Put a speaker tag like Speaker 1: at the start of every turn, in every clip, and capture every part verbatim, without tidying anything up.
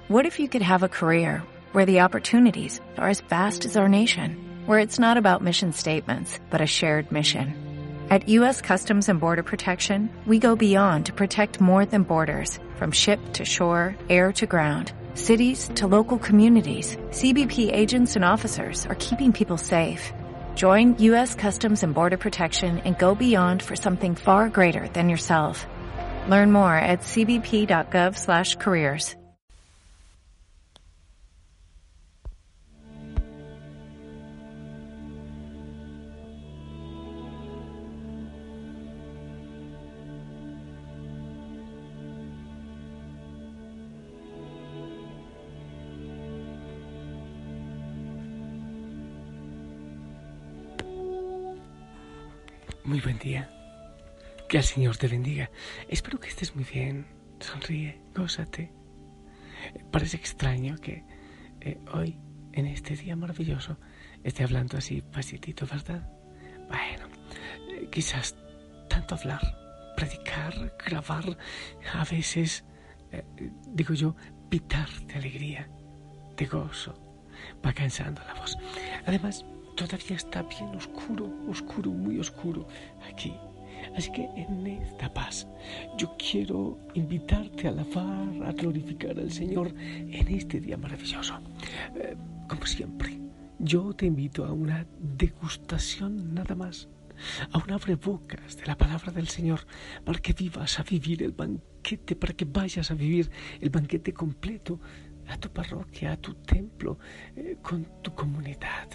Speaker 1: What if you could have a career where the opportunities are as vast as our nation, where it's not about mission statements, but a shared mission? At U S Customs and Border Protection, we go beyond to protect more than borders, from ship to shore, air to ground, cities to local communities. C B P agents and officers are keeping people safe. Join U S Customs and Border Protection and go beyond for something far greater than yourself. Learn more at c b p dot gov slash careers.
Speaker 2: Muy buen día. Que el Señor te bendiga. Espero que estés muy bien. Sonríe, gózate. Parece extraño que eh, hoy, en este día maravilloso, esté hablando así pasitito, ¿verdad? Bueno, eh, quizás tanto hablar, predicar, grabar, a veces, eh, digo yo, pitar de alegría, de gozo, va cansando la voz. Además, todavía está bien oscuro, oscuro, muy oscuro aquí. Así que en esta paz yo quiero invitarte a alabar, a glorificar al Señor en este día maravilloso. Eh, como siempre, yo te invito a una degustación nada más, a un abrebocas de la palabra del Señor, para que vivas a vivir el banquete, para que vayas a vivir el banquete completo a tu parroquia, a tu templo, eh, con tu comunidad.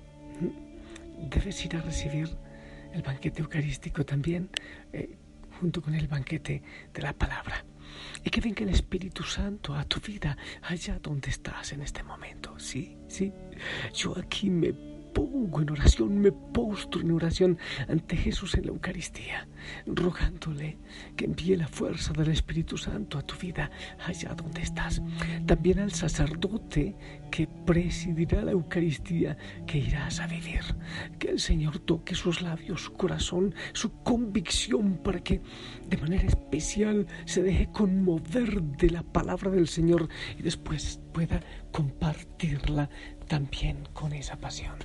Speaker 2: Debes ir a recibir el banquete eucarístico también, eh, junto con el banquete de la palabra. Y que venga el Espíritu Santo a tu vida, allá donde estás en este momento. Sí, sí. Yo aquí me pongo en oración, me postro en oración ante Jesús en la Eucaristía, rogándole que envíe la fuerza del Espíritu Santo a tu vida, allá donde estás. También al sacerdote que presidirá la Eucaristía que irás a vivir. Que el Señor toque sus labios, su corazón, su convicción, para que de manera especial se deje conmover de la palabra del Señor y después pueda compartirla también con esa pasión.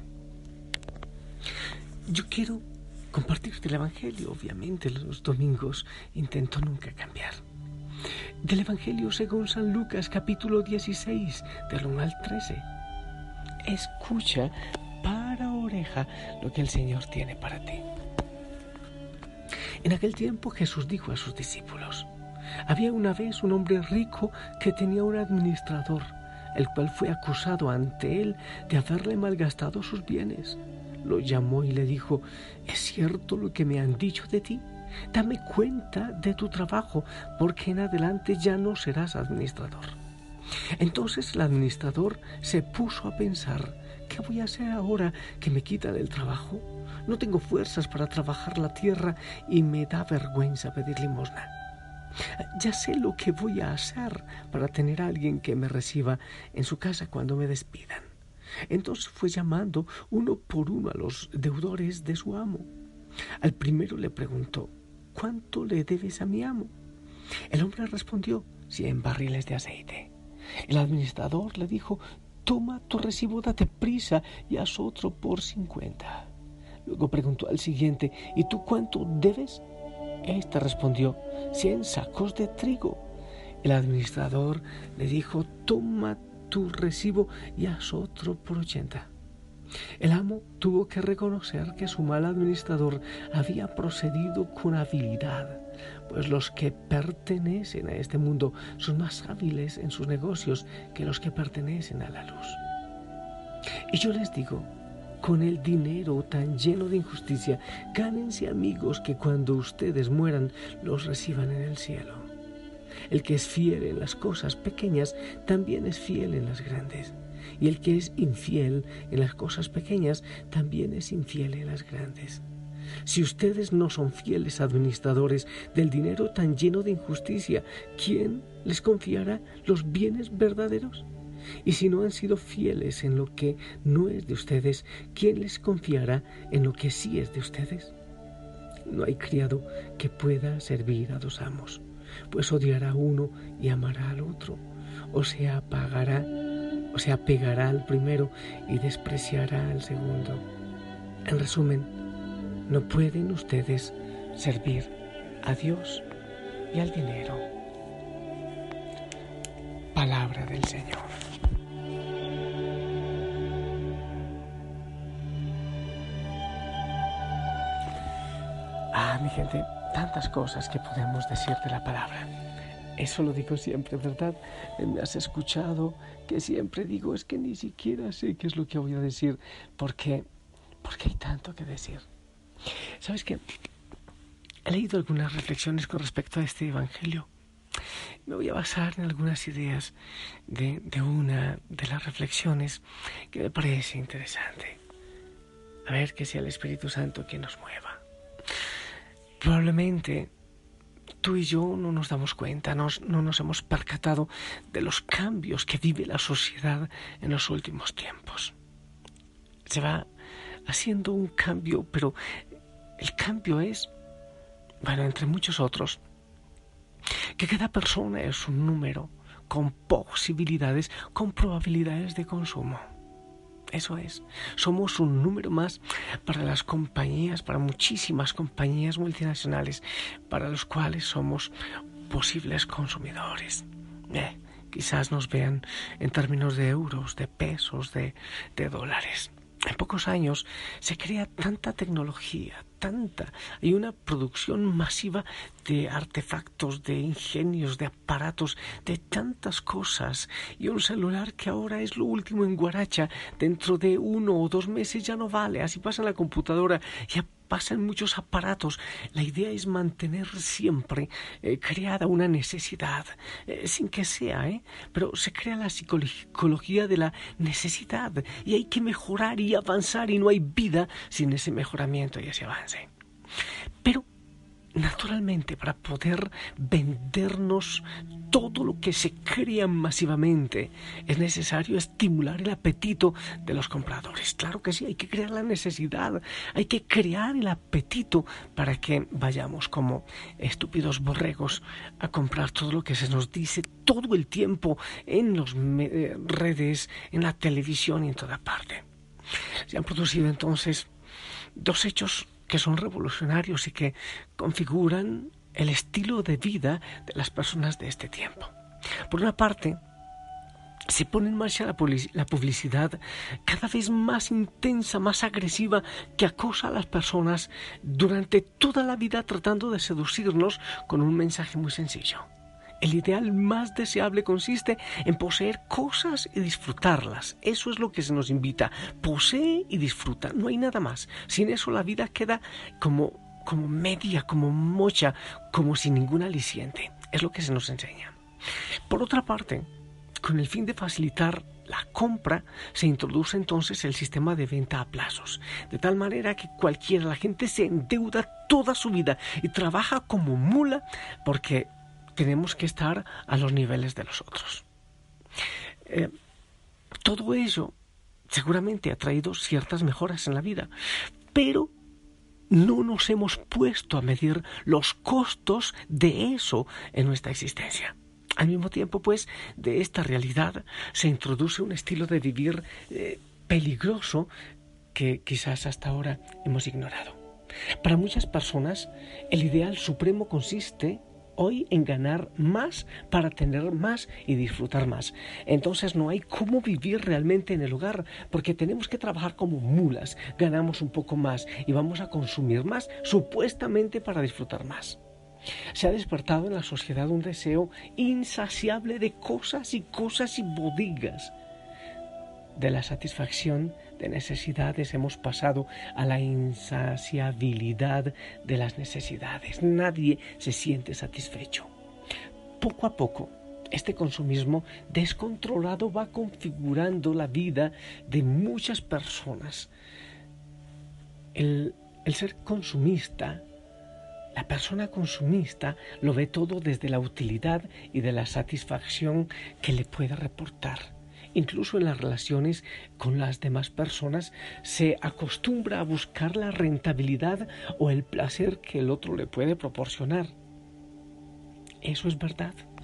Speaker 2: Yo quiero compartirte el Evangelio, obviamente los domingos intento nunca cambiar. Del Evangelio según San Lucas, capítulo dieciséis, del uno al trece. Escucha para oreja lo que el Señor tiene para ti. En aquel tiempo Jesús dijo a sus discípulos: había una vez un hombre rico que tenía un administrador, el cual fue acusado ante él de haberle malgastado sus bienes. Lo llamó y le dijo: ¿es cierto lo que me han dicho de ti? Dame cuenta de tu trabajo, porque en adelante ya no serás administrador. Entonces el administrador se puso a pensar: ¿qué voy a hacer ahora que me quitan el trabajo? No tengo fuerzas para trabajar la tierra y me da vergüenza pedir limosna. Ya sé lo que voy a hacer para tener a alguien que me reciba en su casa cuando me despidan. Entonces fue llamando uno por uno a los deudores de su amo. Al primero le preguntó: ¿cuánto le debes a mi amo? El hombre respondió: cien barriles de aceite. El administrador le dijo: toma tu recibo, date prisa y haz otro por cincuenta. Luego preguntó al siguiente: ¿y tú cuánto debes? Este respondió: cien sacos de trigo. El administrador le dijo: toma tu recibo y haz otro por ochenta. El amo tuvo que reconocer que su mal administrador había procedido con habilidad, pues los que pertenecen a este mundo son más hábiles en sus negocios que los que pertenecen a la luz. Y yo les digo, con el dinero tan lleno de injusticia, gánense amigos que cuando ustedes mueran los reciban en el cielo. El que es fiel en las cosas pequeñas también es fiel en las grandes. Y el que es infiel en las cosas pequeñas también es infiel en las grandes. Si ustedes no son fieles administradores del dinero tan lleno de injusticia, ¿quién les confiará los bienes verdaderos? Y si no han sido fieles en lo que no es de ustedes, ¿quién les confiará en lo que sí es de ustedes? No hay criado que pueda servir a dos amos, pues odiará a uno y amará al otro, o se apagará, o se apegará al primero y despreciará al segundo. En resumen, no pueden ustedes servir a Dios y al dinero. Palabra del Señor. Ah, mi gente, tantas cosas que podemos decir de la palabra. Eso lo digo siempre, ¿verdad? Me has escuchado que siempre digo, es que ni siquiera sé qué es lo que voy a decir, porque, porque hay tanto que decir. ¿Sabes qué? He leído algunas reflexiones con respecto a este evangelio. Me voy a basar en algunas ideas de, de una de las reflexiones que me parece interesante. A ver que sea el Espíritu Santo quien nos mueva. Probablemente tú y yo no nos damos cuenta, nos, no nos hemos percatado de los cambios que vive la sociedad en los últimos tiempos. Se va haciendo un cambio, pero el cambio es, bueno, entre muchos otros, que cada persona es un número con posibilidades, con probabilidades de consumo. Eso es, somos un número más para las compañías, para muchísimas compañías multinacionales, para los cuales somos posibles consumidores. Eh, quizás nos vean en términos de euros, de pesos, de, de dólares. En pocos años se crea tanta tecnología, tanta, hay una producción masiva de artefactos, de ingenios, de aparatos, de tantas cosas, y un celular que ahora es lo último en guaracha, dentro de uno o dos meses ya no vale, así pasa en la computadora, ya pasan muchos aparatos. La idea es mantener siempre eh, creada una necesidad, eh, sin que sea, ¿eh? pero se crea la psicología de la necesidad, y hay que mejorar y avanzar, y no hay vida sin ese mejoramiento y ese avance. Pero naturalmente, para poder vendernos todo lo que se crea masivamente, es necesario estimular el apetito de los compradores. Claro que sí, hay que crear la necesidad, hay que crear el apetito para que vayamos como estúpidos borregos a comprar todo lo que se nos dice todo el tiempo en las redes, en la televisión y en toda parte. Se han producido entonces dos hechos que son revolucionarios y que configuran el estilo de vida de las personas de este tiempo. Por una parte, se pone en marcha la publicidad cada vez más intensa, más agresiva, que acosa a las personas durante toda la vida tratando de seducirnos con un mensaje muy sencillo. El ideal más deseable consiste en poseer cosas y disfrutarlas. Eso es lo que se nos invita. Posee y disfruta. No hay nada más. Sin eso la vida queda como, como media, como mocha, como sin ningún aliciente. Es lo que se nos enseña. Por otra parte, con el fin de facilitar la compra, se introduce entonces el sistema de venta a plazos, de tal manera que cualquiera, la gente se endeuda toda su vida y trabaja como mula porque tenemos que estar a los niveles de los otros. Eh, todo ello seguramente ha traído ciertas mejoras en la vida, pero no nos hemos puesto a medir los costos de eso en nuestra existencia. Al mismo tiempo, pues, de esta realidad se introduce un estilo de vivir eh, peligroso que quizás hasta ahora hemos ignorado. Para muchas personas, el ideal supremo consiste hoy en ganar más para tener más y disfrutar más. Entonces no hay cómo vivir realmente en el hogar, porque tenemos que trabajar como mulas, ganamos un poco más y vamos a consumir más, supuestamente para disfrutar más. Se ha despertado en la sociedad un deseo insaciable de cosas y cosas y bodegas. De la satisfacción de necesidades hemos pasado a la insaciabilidad de las necesidades. Nadie se siente satisfecho. Poco a poco, este consumismo descontrolado va configurando la vida de muchas personas. El, el ser consumista, la persona consumista lo ve todo desde la utilidad y de la satisfacción que le puede reportar. Incluso en las relaciones con las demás personas se acostumbra a buscar la rentabilidad o el placer que el otro le puede proporcionar. Eso es verdad.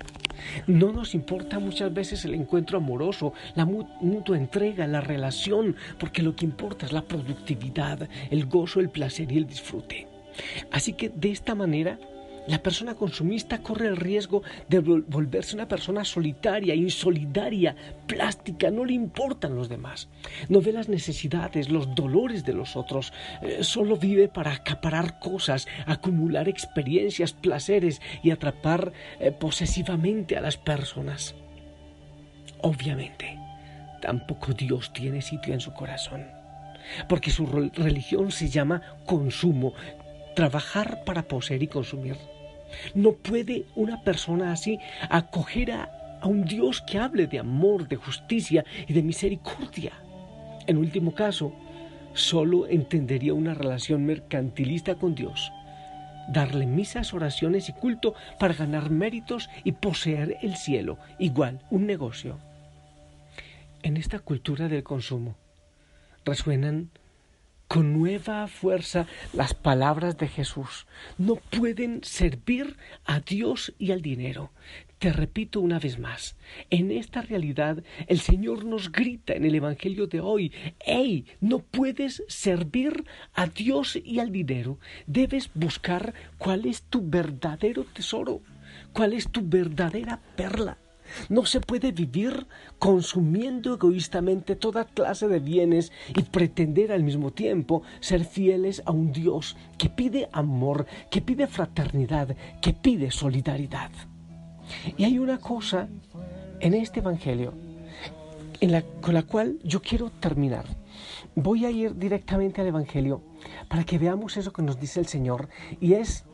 Speaker 2: No nos importa muchas veces el encuentro amoroso, la mutua entrega, la relación, porque lo que importa es la productividad, el gozo, el placer y el disfrute. Así que de esta manera, la persona consumista corre el riesgo de volverse una persona solitaria, insolidaria, plástica. No le importan los demás. No ve las necesidades, los dolores de los otros. Eh, solo vive para acaparar cosas, acumular experiencias, placeres y atrapar eh, posesivamente a las personas. Obviamente, tampoco Dios tiene sitio en su corazón, porque su religión se llama consumo, trabajar para poseer y consumir. No puede una persona así acoger a, a un Dios que hable de amor, de justicia y de misericordia. En último caso, solo entendería una relación mercantilista con Dios, darle misas, oraciones y culto para ganar méritos y poseer el cielo, igual un negocio. En esta cultura del consumo resuenan con nueva fuerza las palabras de Jesús. No pueden servir a Dios y al dinero. Te repito una vez más, en esta realidad el Señor nos grita en el Evangelio de hoy: ¡Ey! No puedes servir a Dios y al dinero. Debes buscar cuál es tu verdadero tesoro, cuál es tu verdadera perla. No se puede vivir consumiendo egoístamente toda clase de bienes y pretender al mismo tiempo ser fieles a un Dios que pide amor, que pide fraternidad, que pide solidaridad. Y hay una cosa en este Evangelio en la, con la cual yo quiero terminar. Voy a ir directamente al Evangelio para que veamos eso que nos dice el Señor, y es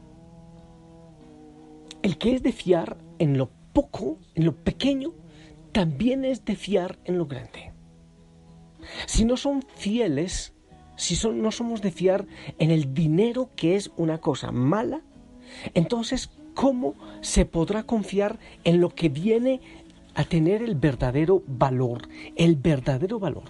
Speaker 2: el que es de fiar en lo poco, en lo pequeño, también es de fiar en lo grande. Si no son fieles, si son, no somos de fiar en el dinero, que es una cosa mala, entonces, ¿cómo se podrá confiar en lo que viene a tener el verdadero valor? El verdadero valor.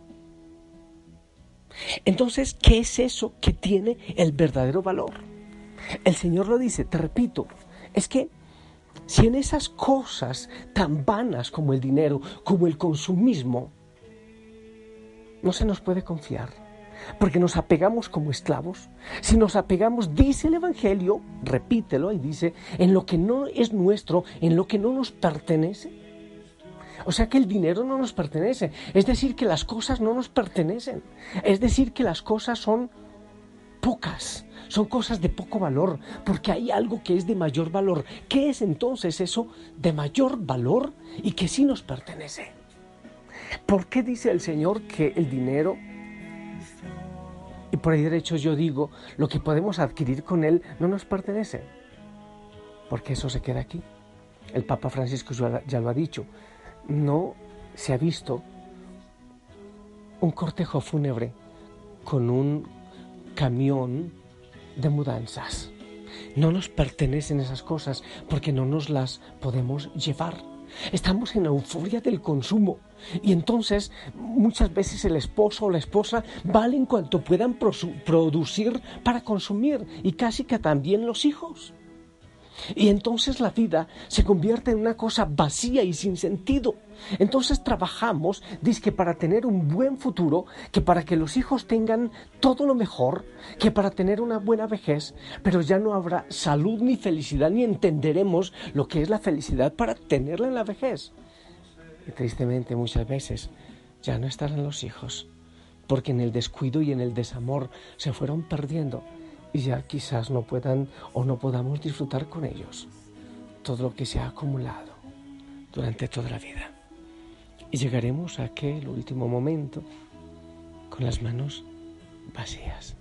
Speaker 2: Entonces, ¿qué es eso que tiene el verdadero valor? El Señor lo dice, te repito, es que si en esas cosas tan vanas como el dinero, como el consumismo, no se nos puede confiar, porque nos apegamos como esclavos. Si nos apegamos, dice el Evangelio, repítelo y dice, en lo que no es nuestro, en lo que no nos pertenece. O sea que el dinero no nos pertenece, es decir, que las cosas no nos pertenecen, es decir, que las cosas son pocas, son cosas de poco valor, porque hay algo que es de mayor valor. ¿Qué es entonces eso de mayor valor y que sí nos pertenece? ¿Por qué dice el Señor que el dinero, y por ahí derecho yo digo, lo que podemos adquirir con él no nos pertenece? Porque eso se queda aquí. El Papa Francisco ya lo ha dicho. No se ha visto un cortejo fúnebre con un camión de mudanzas. No nos pertenecen esas cosas porque no nos las podemos llevar. Estamos en euforia del consumo y entonces muchas veces el esposo o la esposa valen cuanto puedan producir para consumir, y casi que también los hijos. Y entonces la vida se convierte en una cosa vacía y sin sentido. Entonces trabajamos, dizque para tener un buen futuro, que para que los hijos tengan todo lo mejor, que para tener una buena vejez, pero ya no habrá salud ni felicidad, ni entenderemos lo que es la felicidad para tenerla en la vejez. Y tristemente muchas veces ya no estarán los hijos, porque en el descuido y en el desamor se fueron perdiendo. Y ya quizás no puedan o no podamos disfrutar con ellos todo lo que se ha acumulado durante toda la vida. Y llegaremos a aquel último momento con las manos vacías.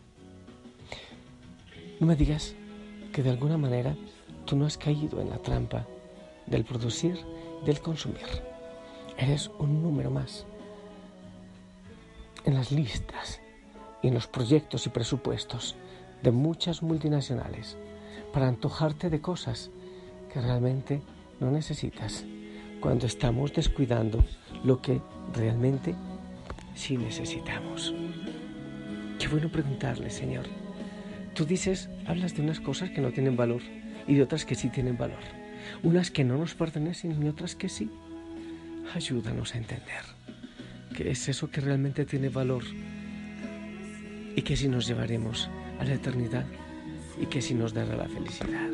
Speaker 2: No me digas que de alguna manera tú no has caído en la trampa del producir, del consumir. Eres un número más en las listas y en los proyectos y presupuestos de muchas multinacionales para antojarte de cosas que realmente no necesitas, cuando estamos descuidando lo que realmente sí necesitamos. Qué bueno preguntarle, Señor. Tú dices, hablas de unas cosas que no tienen valor y de otras que sí tienen valor. unas que no nos pertenecen y otras que sí. Ayúdanos a entender qué es eso que realmente tiene valor y que sí nos llevaremos a la eternidad y que sí nos dará la felicidad.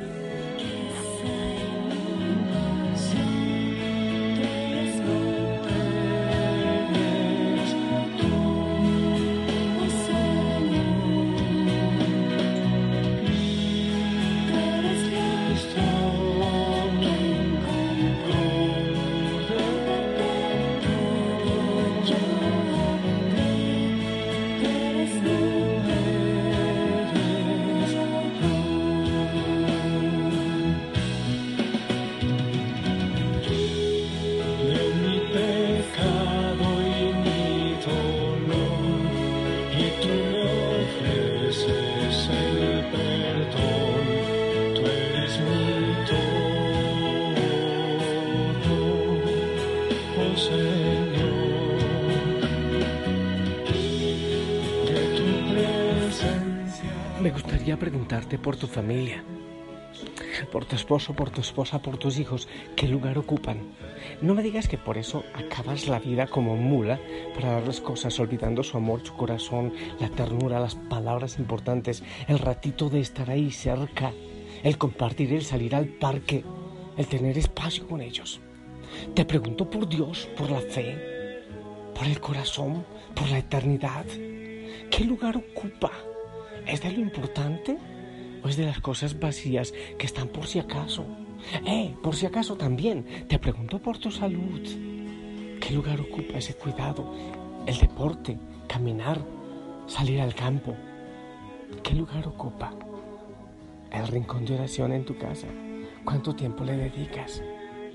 Speaker 2: Me gustaría preguntarte por tu familia, por tu esposo, por tu esposa, por tus hijos, ¿qué lugar ocupan? No me digas que por eso acabas la vida como mula para darles cosas, olvidando su amor, su corazón, la ternura, las palabras importantes, el ratito de estar ahí cerca, el compartir, el salir al parque, el tener espacio con ellos. Te pregunto por Dios, por la fe, por el corazón, por la eternidad. ¿Qué lugar ocupa? ¿Es de lo importante o es de las cosas vacías que están por si acaso? Eh, por si acaso también, te pregunto por tu salud. ¿Qué lugar ocupa ese cuidado? El deporte, caminar, salir al campo. ¿Qué lugar ocupa el rincón de oración en tu casa? ¿Cuánto tiempo le dedicas?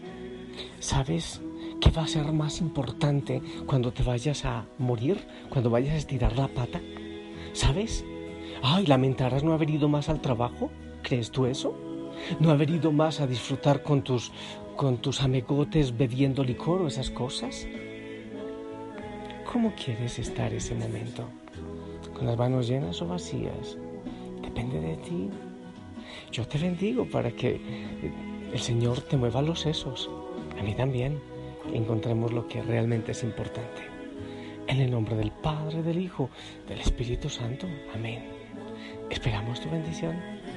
Speaker 2: ¿Sabes qué va a ser más importante cuando te vayas a morir? Cuando vayas a estirar la pata. ¿Sabes? Ay, ¿lamentarás no haber ido más al trabajo? ¿Crees tú eso? ¿No haber ido más a disfrutar con tus, con tus amigotes bebiendo licor o esas cosas? ¿Cómo quieres estar ese momento? ¿Con las manos llenas o vacías? Depende de ti. Yo te bendigo para que el Señor te mueva los sesos. A mí también. Encontremos lo que realmente es importante. En el nombre del Padre, del Hijo, del Espíritu Santo. Amén. Esperamos tu bendición.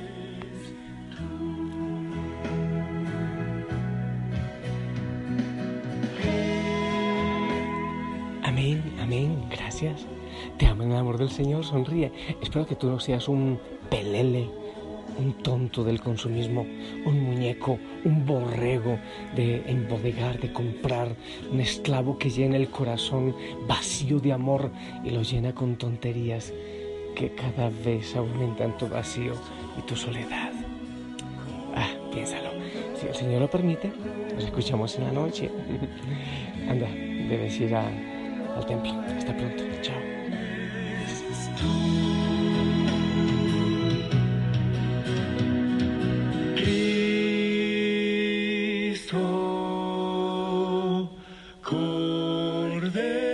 Speaker 2: Amén, amén, gracias. Te amo en el amor del Señor, sonríe. Espero que tú no seas un pelele, un tonto del consumismo, un muñeco, un borrego de embodegar, de comprar, un esclavo que llena el corazón vacío de amor y lo llena con tonterías que cada vez aumentan tu vacío y tu soledad. Ah, piénsalo. Si el Señor lo permite, nos escuchamos en la noche. Anda, debes ir a, al templo. Hasta pronto. Chao.
Speaker 3: Cristo, Cordero.